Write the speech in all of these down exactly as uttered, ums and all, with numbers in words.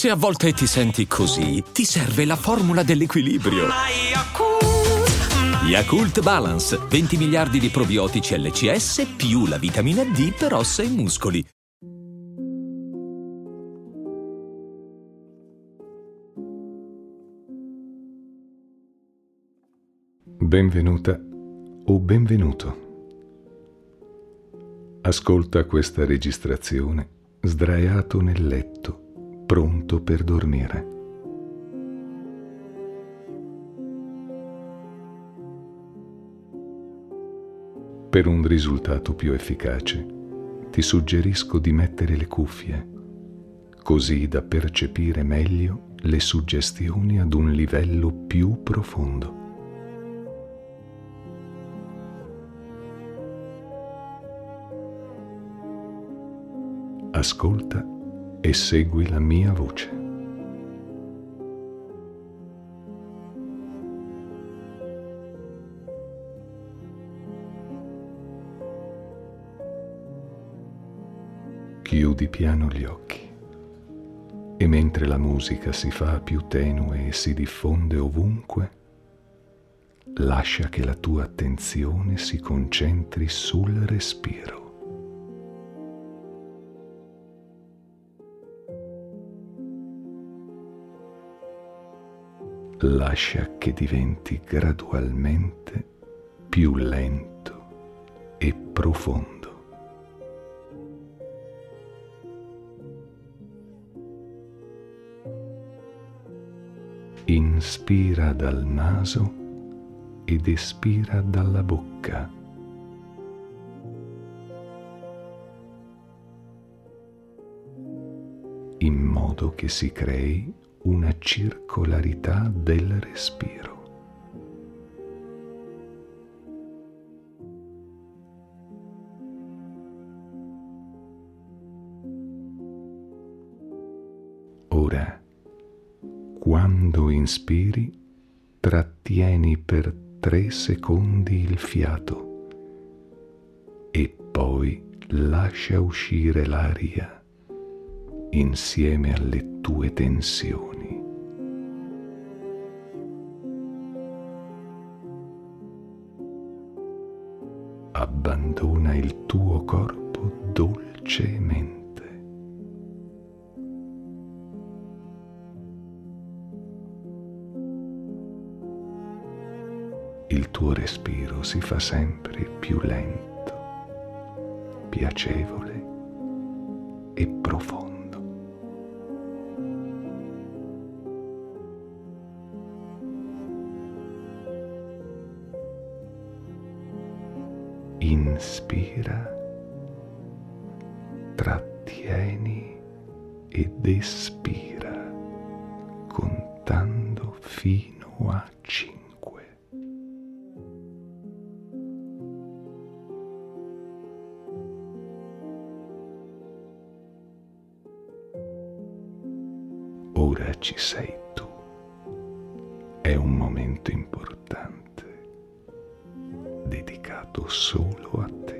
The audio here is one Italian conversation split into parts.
Se a volte ti senti così, ti serve la formula dell'equilibrio. Yakult Balance, venti miliardi di probiotici L C S più la vitamina D per ossa e muscoli. Benvenuta o benvenuto. Ascolta questa registrazione sdraiato nel letto, pronto per dormire. Per un risultato più efficace, ti suggerisco di mettere le cuffie, così da percepire meglio le suggestioni ad un livello più profondo. Ascolta e segui la mia voce. Chiudi piano gli occhi e mentre la musica si fa più tenue e si diffonde ovunque, lascia che la tua attenzione si concentri sul respiro. Lascia che diventi gradualmente più lento e profondo. Inspira dal naso ed espira dalla bocca. In modo che si crei una circolarità del respiro. Ora, quando inspiri, trattieni per tre secondi il fiato e poi lascia uscire l'aria insieme alle tue tensioni. Abbandona il tuo corpo dolcemente. Il tuo respiro si fa sempre più lento, piacevole e profondo. Inspira, trattieni ed espira, contando fino a cinque. Ora ci sei tu. È un momento importante, dedicato solo a te.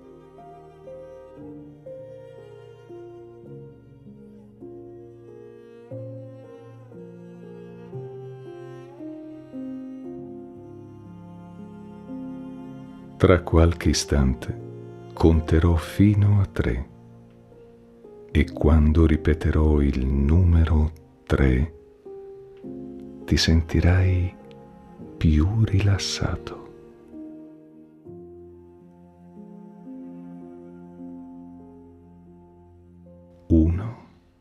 Tra qualche istante conterò fino a tre e quando ripeterò il numero tre ti sentirai più rilassato. Uno,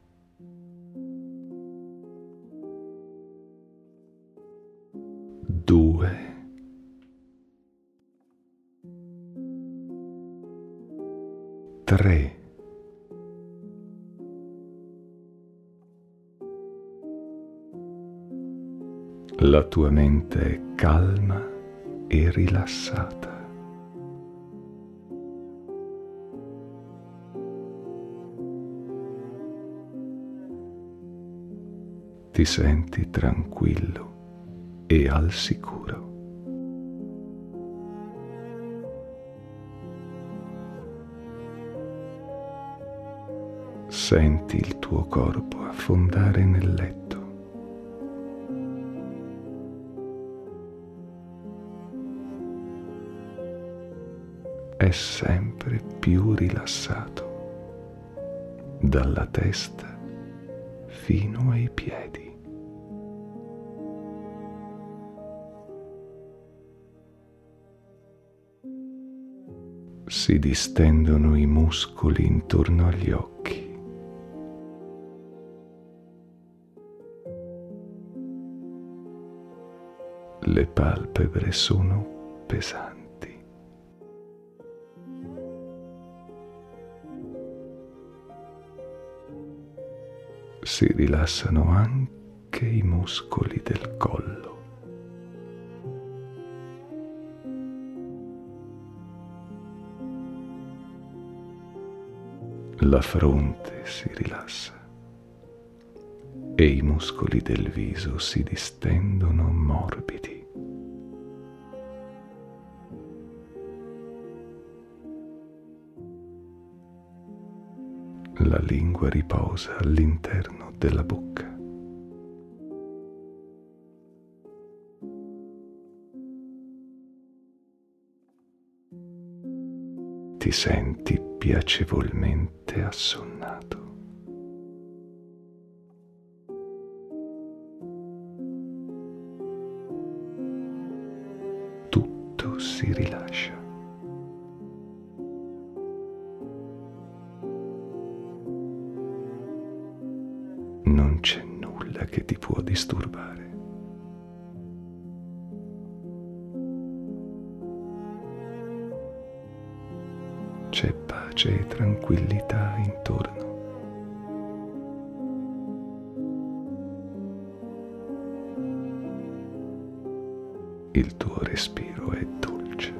due, tre. La tua mente è calma e rilassata. Ti senti tranquillo e al sicuro. Senti il tuo corpo affondare nel letto. È sempre più rilassato, dalla testa fino ai piedi. Si distendono i muscoli intorno agli occhi. Le palpebre sono pesanti. Si rilassano anche i muscoli del collo. La fronte si rilassa e i muscoli del viso si distendono morbidi. La lingua riposa all'interno della bocca. Ti senti piacevolmente assonnato. Tutto si rilascia. Non c'è nulla che ti può disturbare. C'è pace e tranquillità intorno. Il tuo respiro è dolce.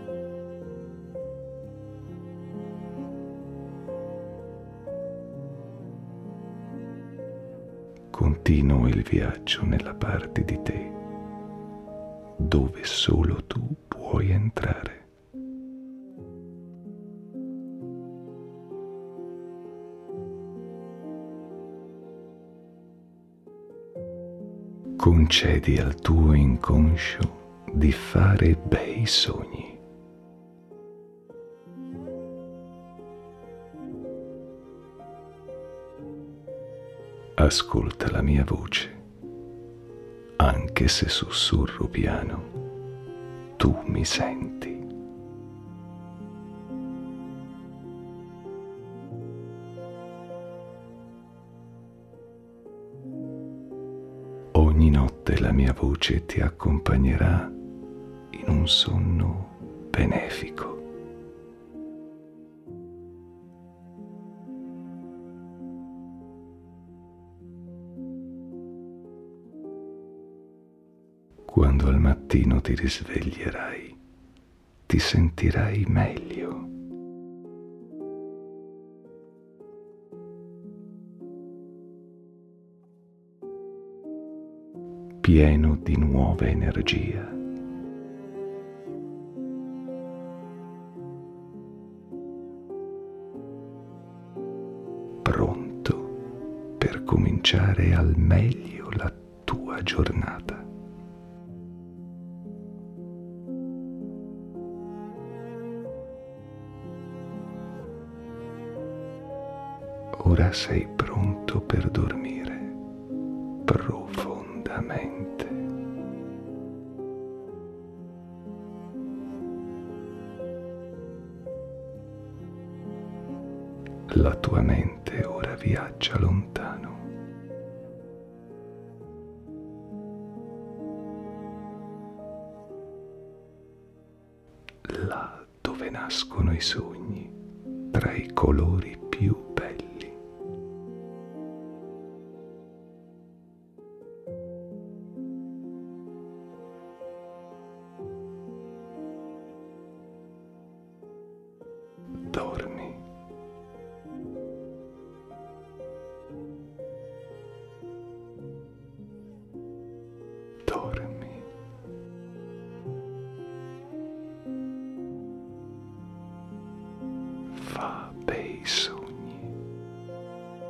Continua il viaggio nella parte di te dove solo tu puoi entrare. Concedi al tuo inconscio di fare bei sogni. Ascolta la mia voce, anche se sussurro piano, tu mi senti. Ogni notte la mia voce ti accompagnerà in un sonno benefico. Quando al mattino ti risveglierai, ti sentirai meglio. Pieno di nuova energia. Pronto per cominciare al meglio la tua giornata. Ora sei pronto per dormire profondamente. La tua mente ora viaggia lontano. Là dove nascono i sogni, tra i colori più belli. Dormi. Dormi. Fa bei sogni.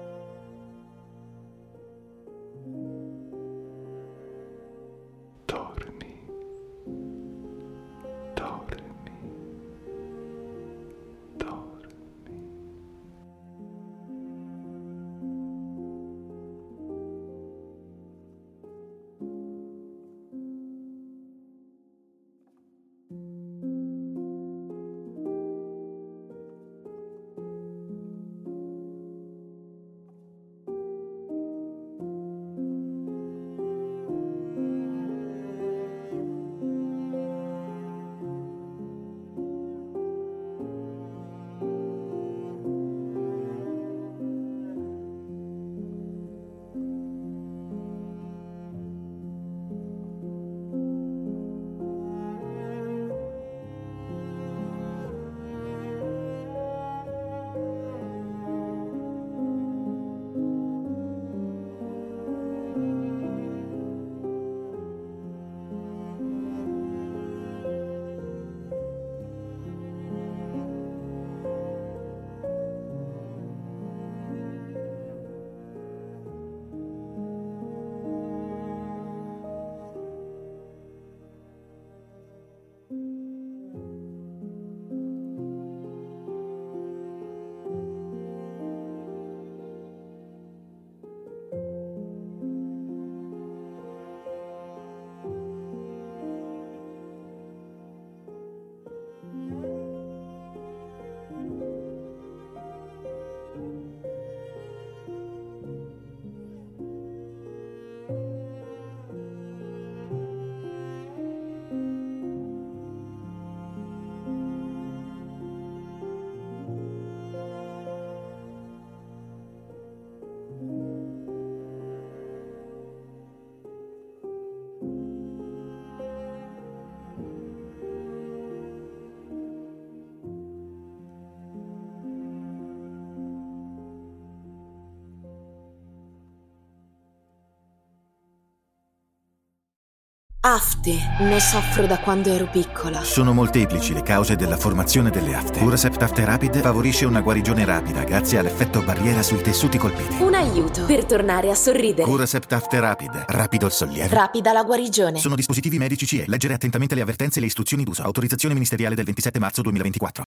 Afte. Ne soffro da quando ero piccola. Sono molteplici le cause della formazione delle afte. Curacept Afte Rapid favorisce una guarigione rapida grazie all'effetto barriera sui tessuti colpiti. Un aiuto per tornare a sorridere. Curacept Afte Rapid. Rapido il sollievo. Rapida la guarigione. Sono dispositivi medici C E. Leggere attentamente le avvertenze e le istruzioni d'uso. Autorizzazione ministeriale del ventisette marzo duemilaventiquattro.